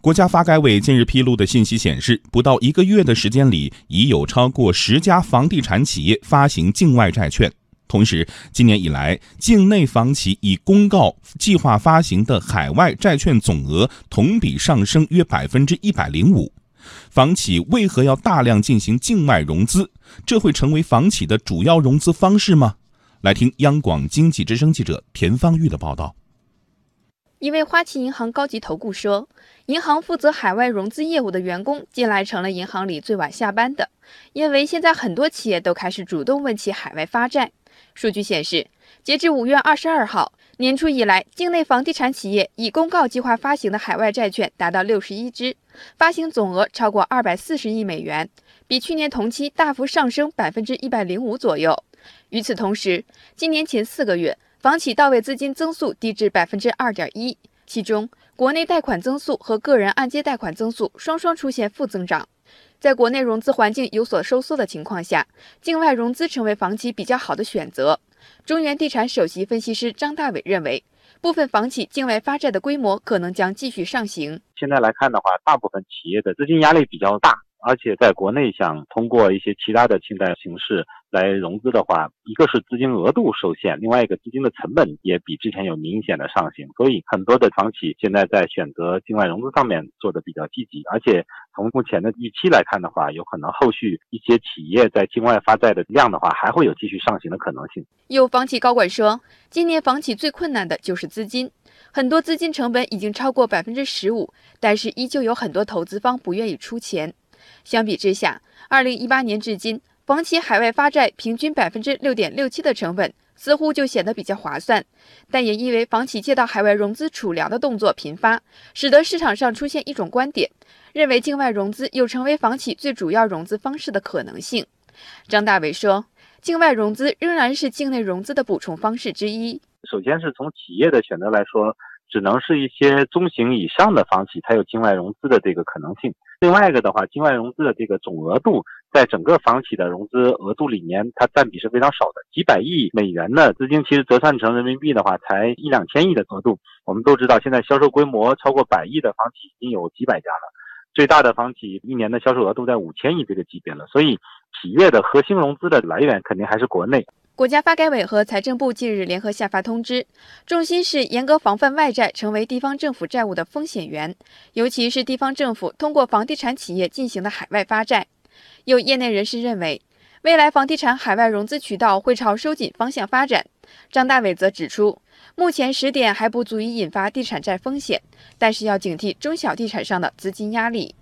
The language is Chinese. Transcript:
国家发改委近日披露的信息显示，不到1个月的时间里，已有超过10家房地产企业发行境外债券。同时，今年以来，境内房企已公告计划发行的海外债券总额同比上升约105%。房企为何要大量进行境外融资？这会成为房企的主要融资方式吗？来听央广经济之声记者田方玉的报道。 一位花旗银行高级投顾说，银行负责海外融资业务的员工近来成了银行里最晚下班的，因为现在很多企业都开始主动问起海外发债。数据显示，截至5月22号，年初以来，境内房地产企业已公告计划发行的海外债券达到61支，发行总额超过240亿美元，比去年同期大幅上升105%左右。与此同时，今年前4个月，房企到位资金增速低至2.1%，其中国内贷款增速和个人按揭贷款增速双双出现负增长。在国内融资环境有所收缩的情况下，境外融资成为房企比较好的选择。中原地产首席分析师张大伟认为，部分房企境外发债的规模可能将继续上行。 现在来看的话，大部分企业的资金压力比较大，而且在国内想通过一些其他的信贷形式来融资的话，一个是资金额度受限，另外一个资金的成本也比之前有明显的上行，所以很多的房企现在在选择境外融资上面做得比较积极，而且从目前的预期来看的话，有可能后续一些企业在境外发债的量的话，还会有继续上行的可能性。 有房企高管说，今年房企最困难的就是资金，很多资金成本已经超过15%，但是依旧有很多投资方不愿意出钱。相比之下，2018年至今，房企海外发债平均6.67%的成本，似乎就显得比较划算。但也因为房企借到海外融资储粮的动作频发，使得市场上出现一种观点，认为境外融资有成为房企最主要融资方式的可能性。张大伟说，境外融资仍然是境内融资的补充方式之一。 首先是从企业的选择来说，只能是一些中型以上的房企才有境外融资的这个可能性。另外一个的话，境外融资的这个总额度在整个房企的融资额度里面，它占比是非常少的，几百亿美元的资金其实折算成人民币的话，才1-2千亿的额度。我们都知道，现在销售规模超过100亿的房企已经有几百家了，最大的房企一年的销售额度在5000亿这个级别了，所以企业的核心融资的来源肯定还是国内。 国家发改委和财政部近日联合下发通知，重心是严格防范外债成为地方政府债务的风险源，尤其是地方政府通过房地产企业进行的海外发债。有业内人士认为，未来房地产海外融资渠道会朝收紧方向发展。张大伟则指出，目前10点还不足以引发地产债风险，但是要警惕中小地产商的资金压力。